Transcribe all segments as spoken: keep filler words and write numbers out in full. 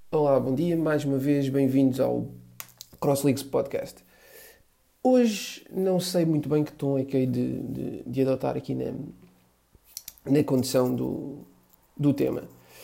Olá, bom dia, mais uma vez, bem-vindos ao CrossLeaks Podcast. Hoje não sei muito bem que tom é que hei de, de, de adotar aqui na, na condição do, do tema.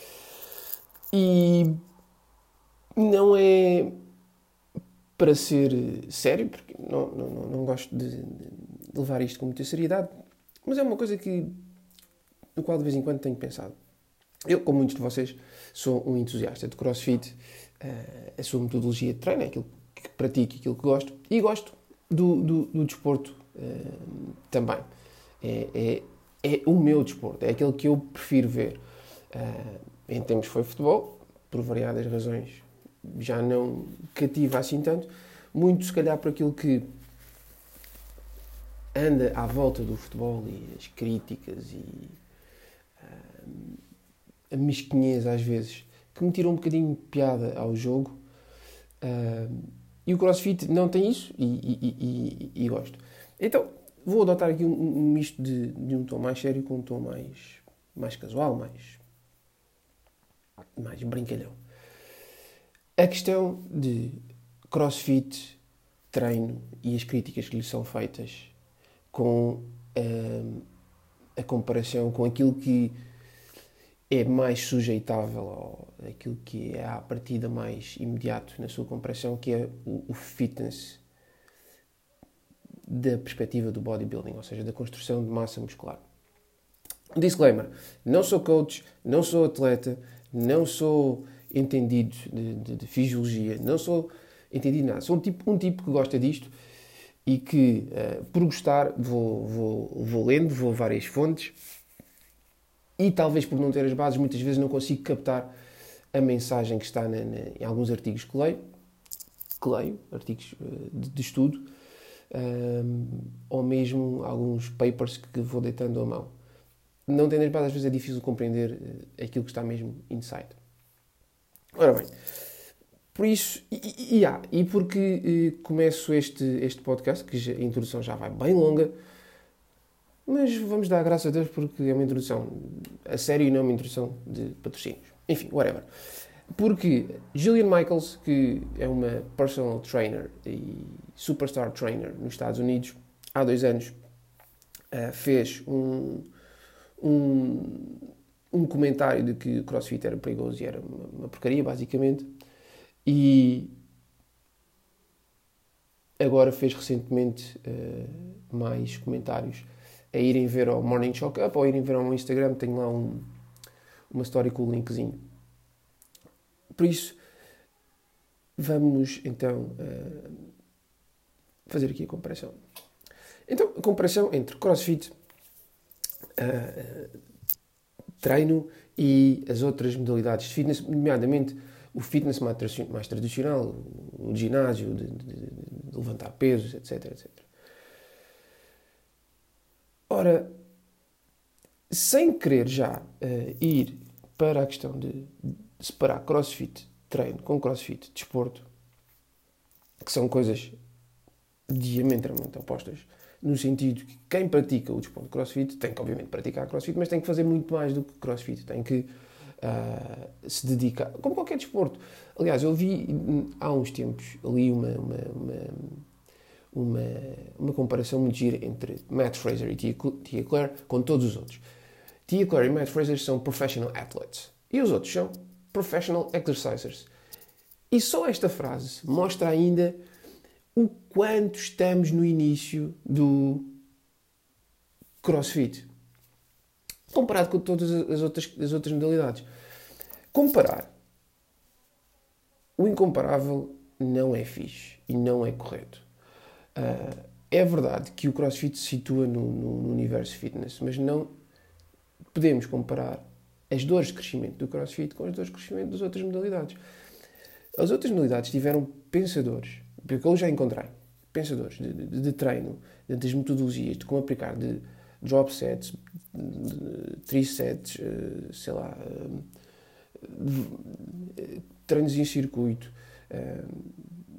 E não é para ser sério, porque não, não, não gosto de, de levar isto com muita seriedade, mas é uma coisa que, no qual de vez em quando tenho pensado. Eu, como muitos de vocês, sou um entusiasta de CrossFit, uh, a sua metodologia de treino, é aquilo que pratico, aquilo que gosto, e gosto do, do, do desporto uh, também. É, é, é o meu desporto, é aquele que eu prefiro ver. Uh, em tempos foi futebol, por variadas razões já não cativa assim tanto, muito se calhar por aquilo que anda à volta do futebol e as críticas e uh, a mesquinhez às vezes, que me tirou um bocadinho de piada ao jogo. Uh, e o CrossFit não tem isso e, e, e, e gosto. Então, vou adotar aqui um, um misto de, de um tom mais sério com um tom mais, mais casual, mais, mais brincalhão. A questão de CrossFit, treino e as críticas que lhe são feitas com uh, a comparação com aquilo que é mais sujeitável ao, aquilo que é à partida mais imediato na sua comparação, que é o, o fitness da perspectiva do bodybuilding, ou seja, da construção de massa muscular. Disclaimer, não sou coach, não sou atleta, não sou entendido de, de, de fisiologia, não sou entendido de nada. Sou um tipo, um tipo que gosta disto e que, uh, por gostar, vou, vou, vou lendo, vou a várias fontes. E talvez por não ter as bases, muitas vezes não consigo captar a mensagem que está na, na, em alguns artigos que leio, que leio artigos de, de estudo, um, ou mesmo alguns papers que vou deitando à mão. Não tendo as bases, às vezes é difícil compreender aquilo que está mesmo inside. Ora bem, por isso, e, e, e, e porque eh, começo este, este podcast, que já, a introdução já vai bem longa, mas vamos dar graças a Deus porque é uma introdução a sério e não uma introdução de patrocínios. Enfim, whatever. Porque Jillian Michaels, que é uma personal trainer e superstar trainer nos Estados Unidos, há dois anos fez um, um, um comentário de que o CrossFit era perigoso e era uma, uma porcaria, basicamente. E agora fez recentemente uh, mais comentários a irem ver ao Morning Chalk Up ou a irem ver ao meu Instagram, tenho lá um, uma story com o linkzinho. Por isso, vamos então uh, fazer aqui a comparação. Então, a comparação entre CrossFit, uh, treino e as outras modalidades de fitness, nomeadamente o fitness mais tradicional, o ginásio, de, de, de levantar pesos, etc, etcétera. Ora, sem querer já uh, ir para a questão de separar CrossFit treino com CrossFit desporto, que são coisas diametralmente opostas, no sentido que quem pratica o desporto de CrossFit tem que, obviamente, praticar CrossFit, mas tem que fazer muito mais do que CrossFit. Tem que uh, se dedicar, como qualquer desporto. Aliás, eu vi há uns tempos ali uma... uma, uma Uma, uma comparação muito gira entre Matt Fraser e Tia, Tia Claire com todos os outros. Tia Claire e Matt Fraser são professional athletes e os outros são professional exercisers. E só esta frase mostra ainda o quanto estamos no início do CrossFit, comparado com todas as outras, as outras modalidades. Comparar o incomparável não é fixe e não é correto. Uh, é verdade que o CrossFit se situa no, no, no universo fitness, mas não podemos comparar as dores de crescimento do CrossFit com as dores de crescimento das outras modalidades. As outras modalidades tiveram pensadores, porque eu já encontrei, pensadores de, de, de treino, de, das metodologias, de como aplicar, de drop sets, de three sets, uh, sei lá, uh, de, treinos em circuito, uh,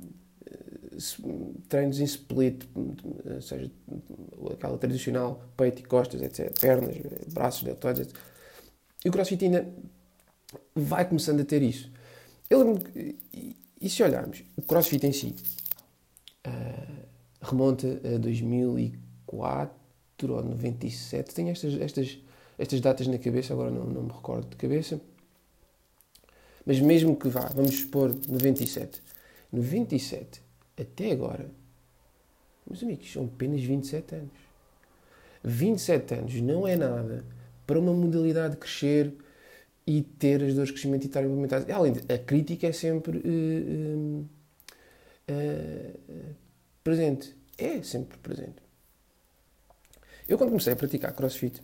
treinos em split, ou seja, aquela tradicional peito e costas, etcétera, pernas, braços, deltoides, etcétera. E o CrossFit ainda vai começando a ter isso. Eu lembro que, e, e se olharmos, o CrossFit em si uh, remonta a dois mil e quatro ou noventa e sete. Tenho estas, estas, estas datas na cabeça, agora não, não me recordo de cabeça. Mas mesmo que vá, vamos supor noventa e sete. noventa e sete até agora, meus amigos, são apenas vinte e sete anos. vinte e sete anos não é nada para uma modalidade crescer e ter as dores de crescimento e estar implementadas. Além de, a crítica é sempre uh, uh, uh, presente. É sempre presente. Eu, quando comecei a praticar CrossFit,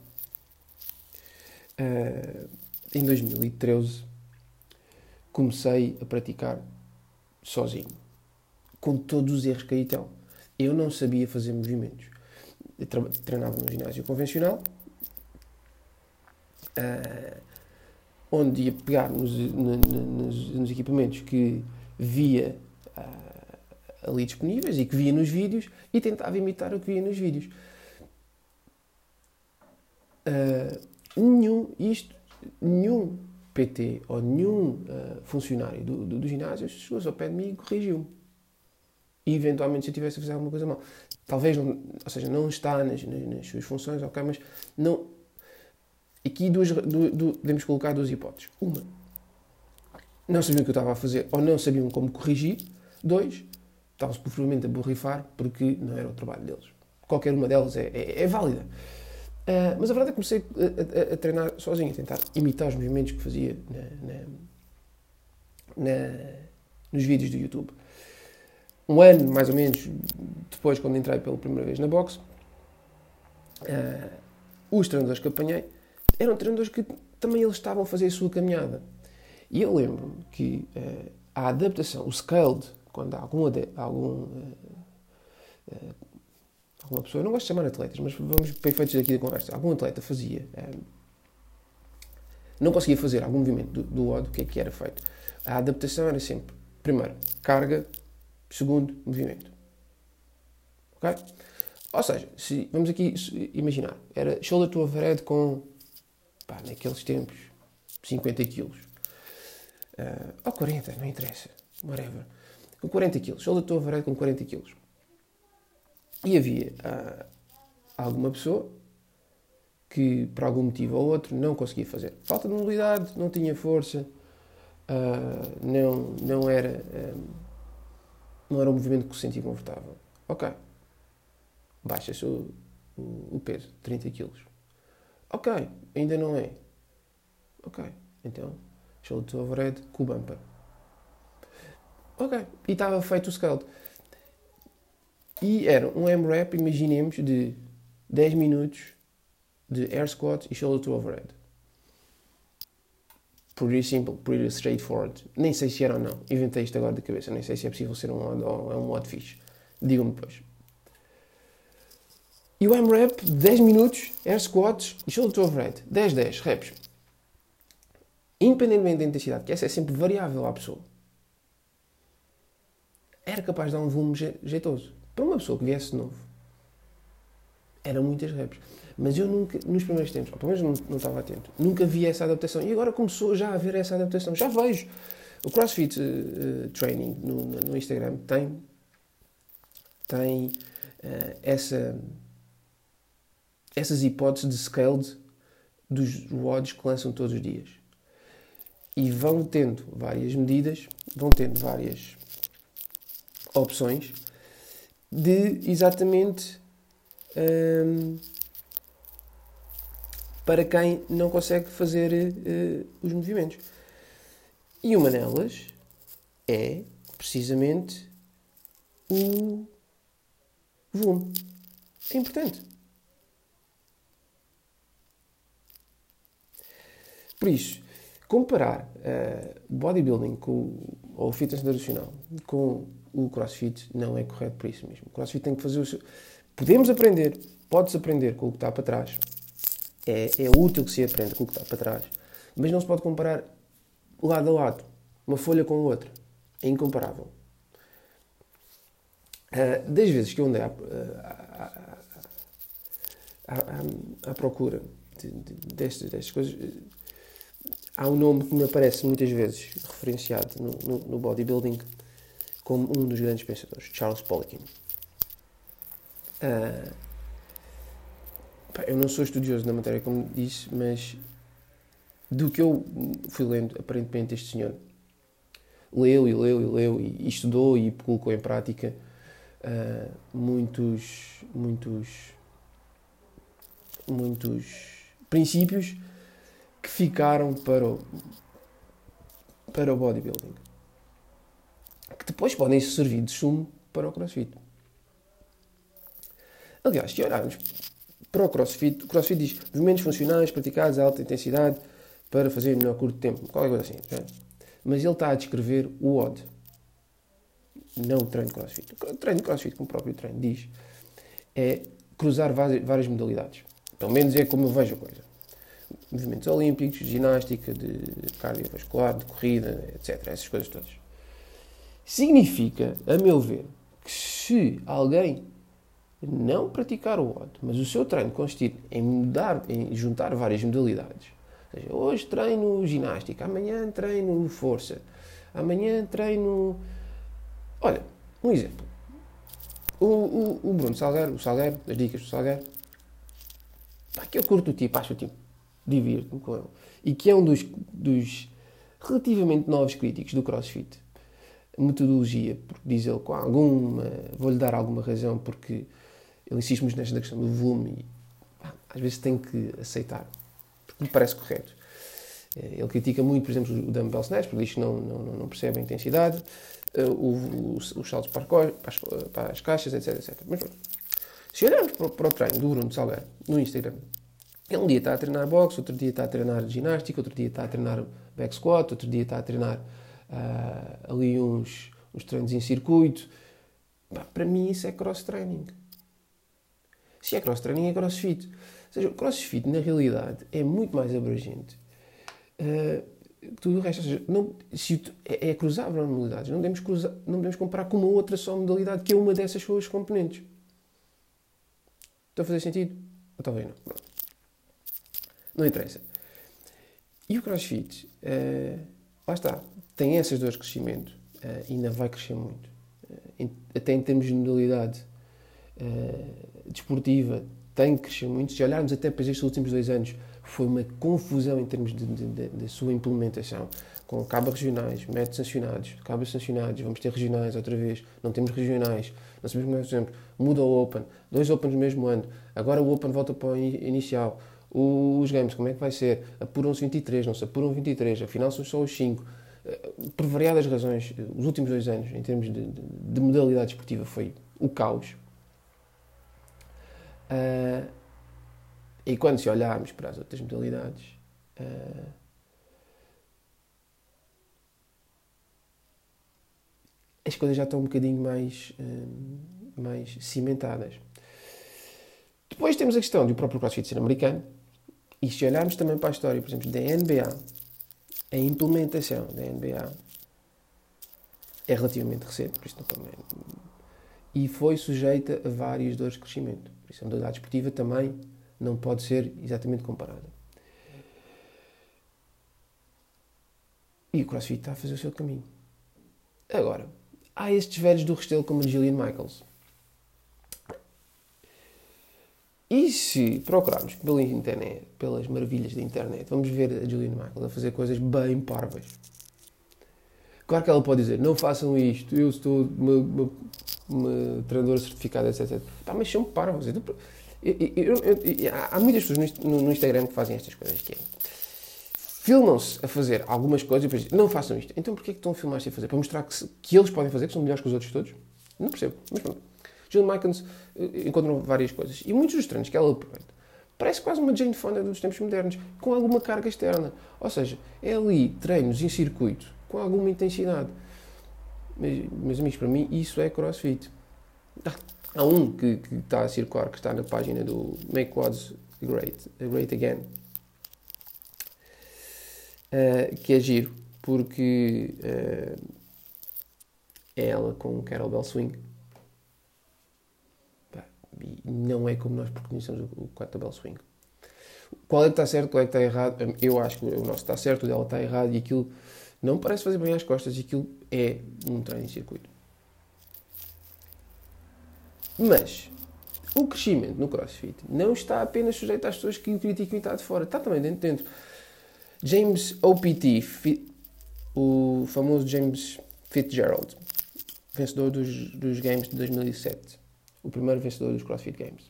uh, em dois mil e treze, comecei a praticar sozinho, com todos os erros que aí estão. Eu não sabia fazer movimentos. Eu treinava num ginásio convencional, uh, onde ia pegar nos, nos, nos equipamentos que via uh, ali disponíveis e que via nos vídeos e tentava imitar o que via nos vídeos. Uh, nenhum, isto, nenhum P T ou nenhum uh, funcionário do, do, do ginásio chegou-se ao pé de mim e corrigiu-me. E eventualmente, se eu tivesse a fazer alguma coisa mal, talvez, não, ou seja, não está nas, nas, nas suas funções, ok, mas não. Aqui duas, du, du, podemos colocar duas hipóteses. Uma, não sabiam o que eu estava a fazer ou não sabiam como corrigir. Dois, estavam-se provavelmente a borrifar porque não era o trabalho deles. Qualquer uma delas é, é, é válida. Uh, mas a verdade é que comecei a, a, a treinar sozinho, a tentar imitar os movimentos que fazia na, na, na, nos vídeos do YouTube. Um ano, mais ou menos, depois, quando entrei pela primeira vez na boxe, uh, os treinadores que apanhei eram treinadores que também eles estavam a fazer a sua caminhada. E eu lembro-me que uh, a adaptação, o scaled, quando há algum, algum uh, uh, alguma pessoa, eu não gosto de chamar atletas, mas vamos para efeitos daqui da conversa, algum atleta fazia, um, não conseguia fazer algum movimento do, do O D, o que é que era feito? A adaptação era sempre, primeiro, carga, segundo, movimento. Ok? Ou seja, se, vamos aqui imaginar, era shoulder to overhead com, pá, naqueles tempos, cinquenta quilos. Uh, ou quarenta, não interessa, whatever. Com quarenta quilos, shoulder to overhead com quarenta quilos. E havia uh, alguma pessoa que, por algum motivo ou outro, não conseguia fazer. Falta de mobilidade, não tinha força, uh, não, não, era, um, não era um movimento que se sentia confortável. Ok. Baixa-se o, o, o peso, trinta quilos. Ok. Ainda não é. Ok. Então, shoulder to overhead com o bumper. Ok. E estava feito o scaled. E era um AMRAP, imaginemos, de dez minutos de air squat e shoulder to overhead. Pretty simple, pretty straightforward. Nem sei se era ou não. Inventei isto agora de cabeça. Nem sei se é possível ser um mod ou é um mod fixe. Digam-me depois. E o AMRAP, dez minutos, air squats e shoulder to overhead. dez, dez reps. Independentemente da intensidade, que essa é sempre variável à pessoa, era capaz de dar um volume jeitoso. Para uma pessoa que viesse de novo, eram muitas reps. Mas eu nunca, nos primeiros tempos, ou pelo menos não, não estava atento, nunca vi essa adaptação. E agora começou já a haver essa adaptação. Já vejo. O CrossFit uh, Training no, no Instagram tem, tem uh, essa, essas hipóteses de scaled dos W O Ds que lançam todos os dias. E vão tendo várias medidas, vão tendo várias opções de exatamente um, para quem não consegue fazer uh, os movimentos. E uma delas é precisamente o volume. É importante. Por isso, comparar uh, bodybuilding com, ou fitness nutricional com o CrossFit não é correto por isso mesmo. O CrossFit tem que fazer o seu... Podemos aprender, pode-se aprender com o que está para trás. É, é útil que se aprenda com o que está para trás. Mas não se pode comparar lado a lado, uma folha com a outra. É incomparável. Uh, das vezes que eu andei à, à, à, à, à procura de, de, destas, destas coisas, há um nome que me aparece muitas vezes referenciado no, no, no bodybuilding como um dos grandes pensadores, Charles Poliquin. Uh, pá, eu não sou estudioso na matéria, como disse, mas do que eu fui lendo, aparentemente este senhor leu e leu e leu e, e estudou e colocou em prática uh, muitos, muitos, muitos princípios que ficaram para o, para o bodybuilding, que depois podem servir de sumo para o CrossFit. Aliás, se olharmos para o CrossFit, o CrossFit diz movimentos funcionais praticados a alta intensidade para fazer melhor curto tempo, qualquer coisa assim. Não é? Mas ele está a descrever o O D, não o treino de CrossFit. O treino de CrossFit, como o próprio treino diz, é cruzar várias modalidades. Pelo menos é como eu vejo a coisa. Movimentos olímpicos, ginástica, de cardiovascular, de corrida, etcétera. Essas coisas todas. Significa, a meu ver, que se alguém não praticar o O D, mas o seu treino consistir em mudar, em juntar várias modalidades, ou seja, hoje treino ginástica, amanhã treino força, amanhã treino... Olha, um exemplo. O, o, o Bruno Salgueiro, o Salgueiro, as dicas do Salgueiro, pá, que eu curto o tipo, acho o tipo, divirto-me com ele, e que é um dos, dos relativamente novos críticos do CrossFit. Metodologia, porque diz ele com alguma... Vou-lhe dar alguma razão, porque ele insiste muito nesta questão do volume e pá, às vezes tem que aceitar, porque me parece correto. Ele critica muito, por exemplo, o dumbbell snatch, porque diz que não, não, não percebe a intensidade, os, os saltos para, as, para as caixas, etc, etcétera. Mas pronto, se olharmos para, para o treino do Bruno Salgueiro no Instagram, ele um dia está a treinar boxe, outro dia está a treinar ginástica, outro dia está a treinar back squat, outro dia está a treinar uh, ali uns, uns treinos em circuito. Bah, para mim isso é cross-training. Se é cross-training, é crossfit. Ou seja, o crossfit, na realidade, é muito mais abrangente uh, que tudo o resto. Ou seja, não, se, é, é cruzar várias modalidades. Não devemos, cruzar, não devemos comparar com uma outra só modalidade, que é uma dessas suas componentes. Está a fazer sentido? Ou talvez não. Não, não interessa. E o crossfit, uh, lá está, tem essas dores de crescimento. Uh, ainda vai crescer muito. Uh, em, até em termos de modalidade uh, desportiva, tem que crescer muito. Se olharmos até para estes últimos dois anos, foi uma confusão em termos de, de, de, de sua implementação, com cabas regionais, métodos sancionados, cabas sancionados, vamos ter regionais outra vez, não temos regionais, não sabemos como é, por exemplo, muda o Open, dois Opens no mesmo ano, agora o Open volta para o inicial, os Games, como é que vai ser? Apuram-se vinte e três, não se apuram vinte e três, afinal são só os cinco. Por variadas razões, os últimos dois anos, em termos de, de, de modalidade esportiva, foi o caos. Uh, e quando se olharmos para as outras modalidades, uh, as coisas já estão um bocadinho mais, uh, mais cimentadas. Depois temos a questão do próprio CrossFit ser americano, e se olharmos também para a história, por exemplo, da N B A, a implementação da N B A é relativamente recente, por isso não também, e foi sujeita a várias dores de crescimento. Por isso a modalidade esportiva também não pode ser exatamente comparada. E o CrossFit está a fazer o seu caminho. Agora, há estes velhos do Restelo como a Jillian Michaels. E se procurarmos pela internet, pelas maravilhas da internet, vamos ver a Jillian Michaels a fazer coisas bem parvas. Claro que ela pode dizer, não façam isto, eu estou uma, uma, uma treinadora certificada, etcétera. Pá, mas são parvas. Eu, eu, eu, eu, há muitas pessoas no, no Instagram que fazem estas coisas, que é, filmam-se a fazer algumas coisas e depois dizem, não façam isto. Então porquê é que estão a filmar-se a fazer? Para mostrar que, que eles podem fazer, que são melhores que os outros todos? Não percebo, mas pronto. Jill Michaels encontrou várias coisas. E muitos dos treinos que ela aproveita parece quase uma Jane Fonda dos tempos modernos, com alguma carga externa. Ou seja, é ali treinos em circuito, com alguma intensidade. Mas, meus amigos, para mim, isso é CrossFit. Há um que, que está a circular, que está na página do Make Quads Great, Great Again, uh, que é giro, porque uh, é ela com o Kettlebell Swing. E não é como nós conhecemos o Kettlebell Swing. Qual é que está certo, qual é que está errado? Eu acho que o nosso está certo, o dela está errado e aquilo não me parece fazer bem às costas e aquilo é um treino em circuito. Mas o crescimento no CrossFit não está apenas sujeito às pessoas que o criticam e está de fora. Está também dentro dentro. James O P T, o famoso James Fitzgerald, vencedor dos, dos Games de dois mil e sete. O primeiro vencedor dos CrossFit Games.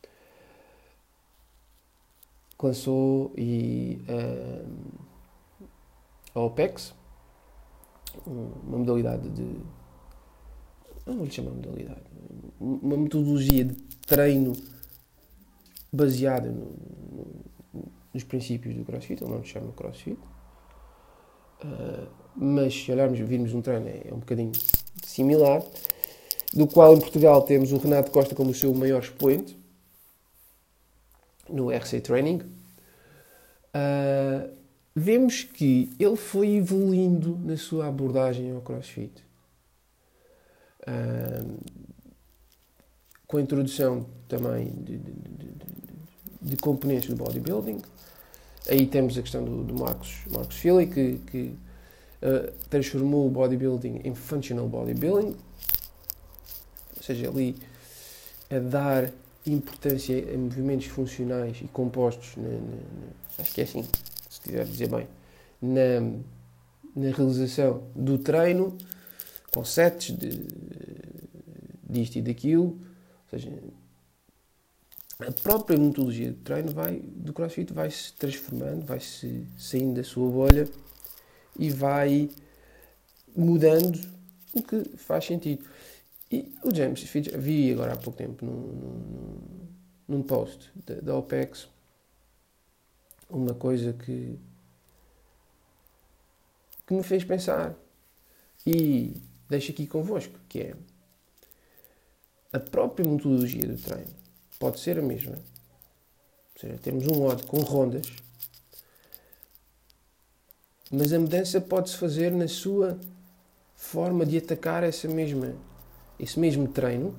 Lançou e, uh, a OPEX, uma modalidade de... Não vou lhe chamar modalidade. Uma metodologia de treino baseada no, no, nos princípios do CrossFit. Ele não se chama CrossFit. Uh, mas se olharmos e virmos um treino é um bocadinho similar. Do qual em Portugal temos o Renato Costa como o seu maior expoente. No R C Training. Uh, vemos que ele foi evoluindo na sua abordagem ao CrossFit. Uh, com a introdução também de, de, de, de componentes do bodybuilding. Aí temos a questão do, do Marcus, Marcus Filly, que, que uh, transformou o bodybuilding em functional bodybuilding. Ou seja, ali a dar importância a movimentos funcionais e compostos, na, na, na, acho que é assim, se tiver a dizer bem, na, na realização do treino, com sets de, disto e daquilo. Ou seja, a própria metodologia de treino vai, do CrossFit vai se transformando, vai se saindo da sua bolha e vai mudando o que faz sentido. E o James Fitzgerald, vi agora há pouco tempo num, num, num post da, da OPEX uma coisa que, que me fez pensar e deixo aqui convosco, que é a própria metodologia do treino pode ser a mesma. Ou seja, temos um odd com rondas, mas a mudança pode-se fazer na sua forma de atacar essa mesma esse mesmo treino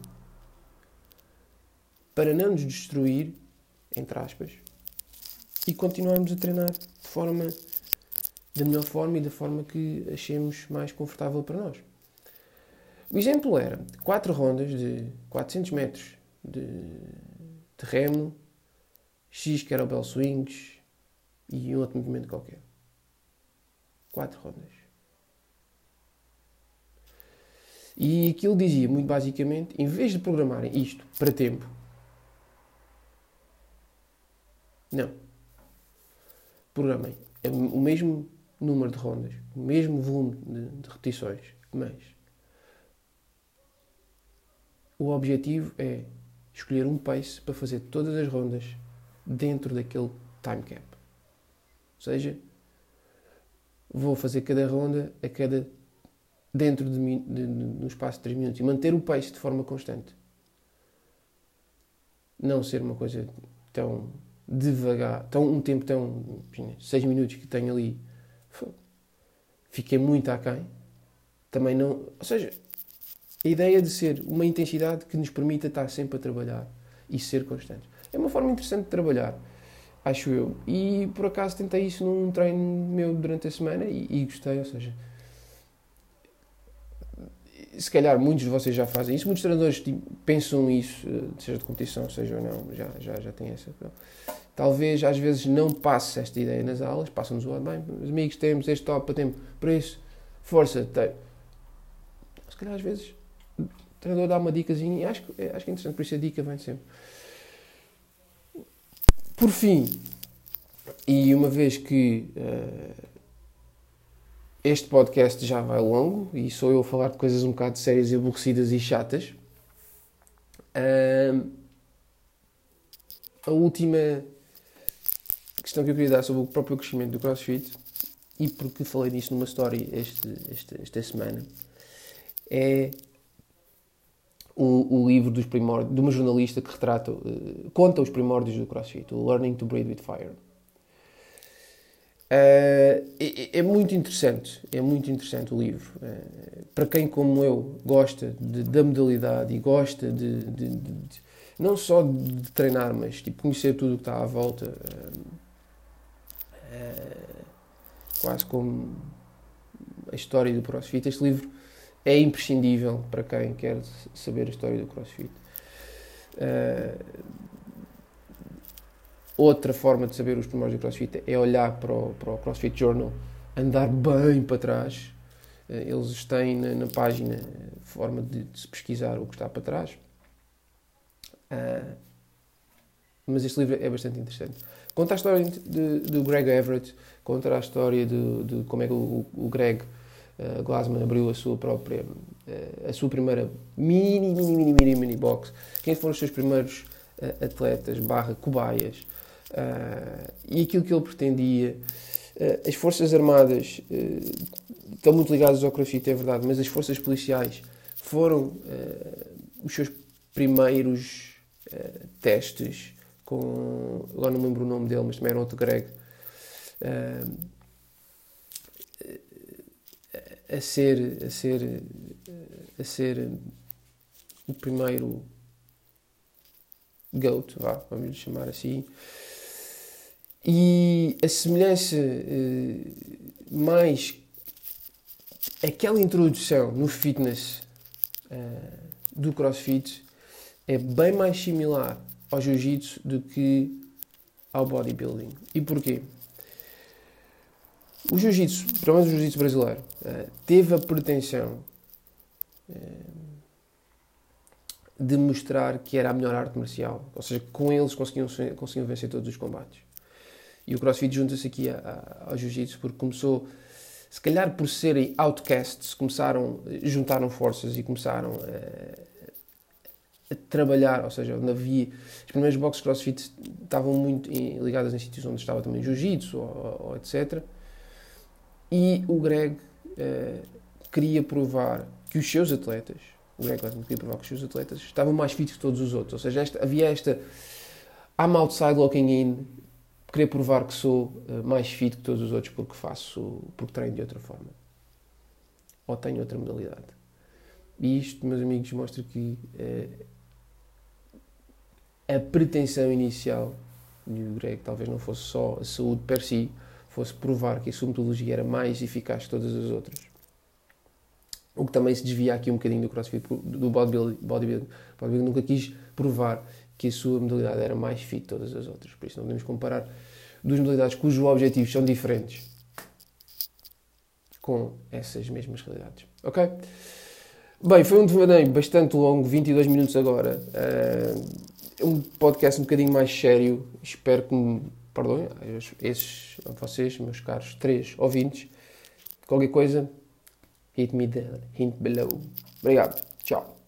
para não nos destruir, entre aspas, e continuarmos a treinar de forma, da melhor forma e da forma que achemos mais confortável para nós. O exemplo era quatro rondas de quatrocentos metros de, de remo, X kettlebell swings e um outro movimento qualquer. Quatro rondas. E aquilo dizia, muito basicamente, em vez de programarem isto para tempo, não. Programem o mesmo número de rondas, o mesmo volume de, de repetições, mas o objetivo é escolher um pace para fazer todas as rondas dentro daquele time cap. Ou seja, vou fazer cada ronda a cada dentro de, de, de, de um espaço de três minutos e manter o pace de forma constante. Não ser uma coisa tão devagar, tão, um tempo tão... seis minutos que tenho ali. Fiquei muito aquém. Também não... Ou seja, a ideia de ser uma intensidade que nos permita estar sempre a trabalhar e ser constantes. É uma forma interessante de trabalhar, acho eu. E, por acaso, tentei isso num treino meu durante a semana e, e gostei, ou seja... Se calhar muitos de vocês já fazem isso, muitos treinadores tipo, pensam isso, seja de competição, seja ou não, já, já, já têm essa. Talvez às vezes não passe esta ideia nas aulas, passam-nos o bem, os amigos temos este top para tempo, para isso, força, tem. Se calhar às vezes o treinador dá uma dicasinha e acho, acho que é interessante, por isso a dica vem sempre. Por fim, e uma vez que uh, este podcast já vai longo e sou eu a falar de coisas um bocado sérias e aborrecidas e chatas. Uh, a última questão que eu queria dar sobre o próprio crescimento do CrossFit, e porque falei nisso numa story este, este, esta semana, é o, o livro dos primórdios, de uma jornalista que retrata, uh, conta os primórdios do CrossFit, o Learning to Breathe with Fire. Uh, é, é muito interessante, é muito interessante o livro. Uh, para quem, como eu, gosta de, da modalidade e gosta de, de, de, não só de treinar, mas tipo, conhecer tudo o que está à volta, uh, uh, quase como a história do CrossFit. Este livro é imprescindível para quem quer saber a história do CrossFit. Uh, outra forma de saber os pormenores do CrossFit é olhar para o, para o CrossFit Journal, andar bem para trás. Uh, eles têm na, na página forma de, de se pesquisar o que está para trás. Uh, mas este livro é bastante interessante. Conta a história de, do Greg Everett, conta a história de, de como é que o, o Greg uh, Glassman abriu a sua própria, uh, a sua primeira mini, mini, mini, mini, mini box. Quem foram os seus primeiros uh, atletas, barra cobaias, uh, e aquilo que ele pretendia. Uh, as Forças Armadas uh, estão muito ligadas ao CrossFit, é verdade, mas as Forças Policiais foram uh, os seus primeiros uh, testes com, agora não me lembro o nome dele, mas também era outro Greg, uh, a ser, a ser, a ser o primeiro GOAT, vá, vamos lhe chamar assim. E a semelhança uh, mais aquela introdução no fitness uh, do CrossFit é bem mais similar ao Jiu-Jitsu do que ao bodybuilding. E porquê? O Jiu-Jitsu, pelo menos o Jiu-Jitsu brasileiro, uh, teve a pretensão uh, de mostrar que era a melhor arte marcial. Ou seja, com eles conseguiam, conseguiam vencer todos os combates. E o CrossFit junta-se aqui a, a, ao Jiu-Jitsu porque começou, se calhar por serem outcasts, começaram, juntaram forças e começaram a, a trabalhar, ou seja, onde havia... As primeiras boxes de CrossFit estavam muito em, ligadas em sítios onde estava também Jiu-Jitsu, ou, ou, etcétera. E o Greg uh, queria provar que os seus atletas, o Greg queria provar que os seus atletas estavam mais fit que todos os outros. Ou seja, esta, havia esta I'm outside looking in, querer provar que sou uh, mais fit que todos os outros porque faço, porque treino de outra forma. Ou tenho outra modalidade. E isto, meus amigos, mostra que uh, a pretensão inicial do Greg talvez não fosse só a saúde per si, fosse provar que a sua metodologia era mais eficaz que todas as outras. O que também se desvia aqui um bocadinho do CrossFit, do bodybuilding. bodybuilding. bodybuilding nunca quis provar que a sua modalidade era mais fit que todas as outras. Por isso não podemos comparar duas modalidades cujos objetivos são diferentes com essas mesmas realidades. Ok? Bem, foi um devaneio bastante longo, vinte e dois minutos agora. Uh, um podcast um bocadinho mais sério. Espero que me perdoem, esses, vocês, meus caros três ouvintes. Qualquer coisa, hit me the hint below. Obrigado. Tchau.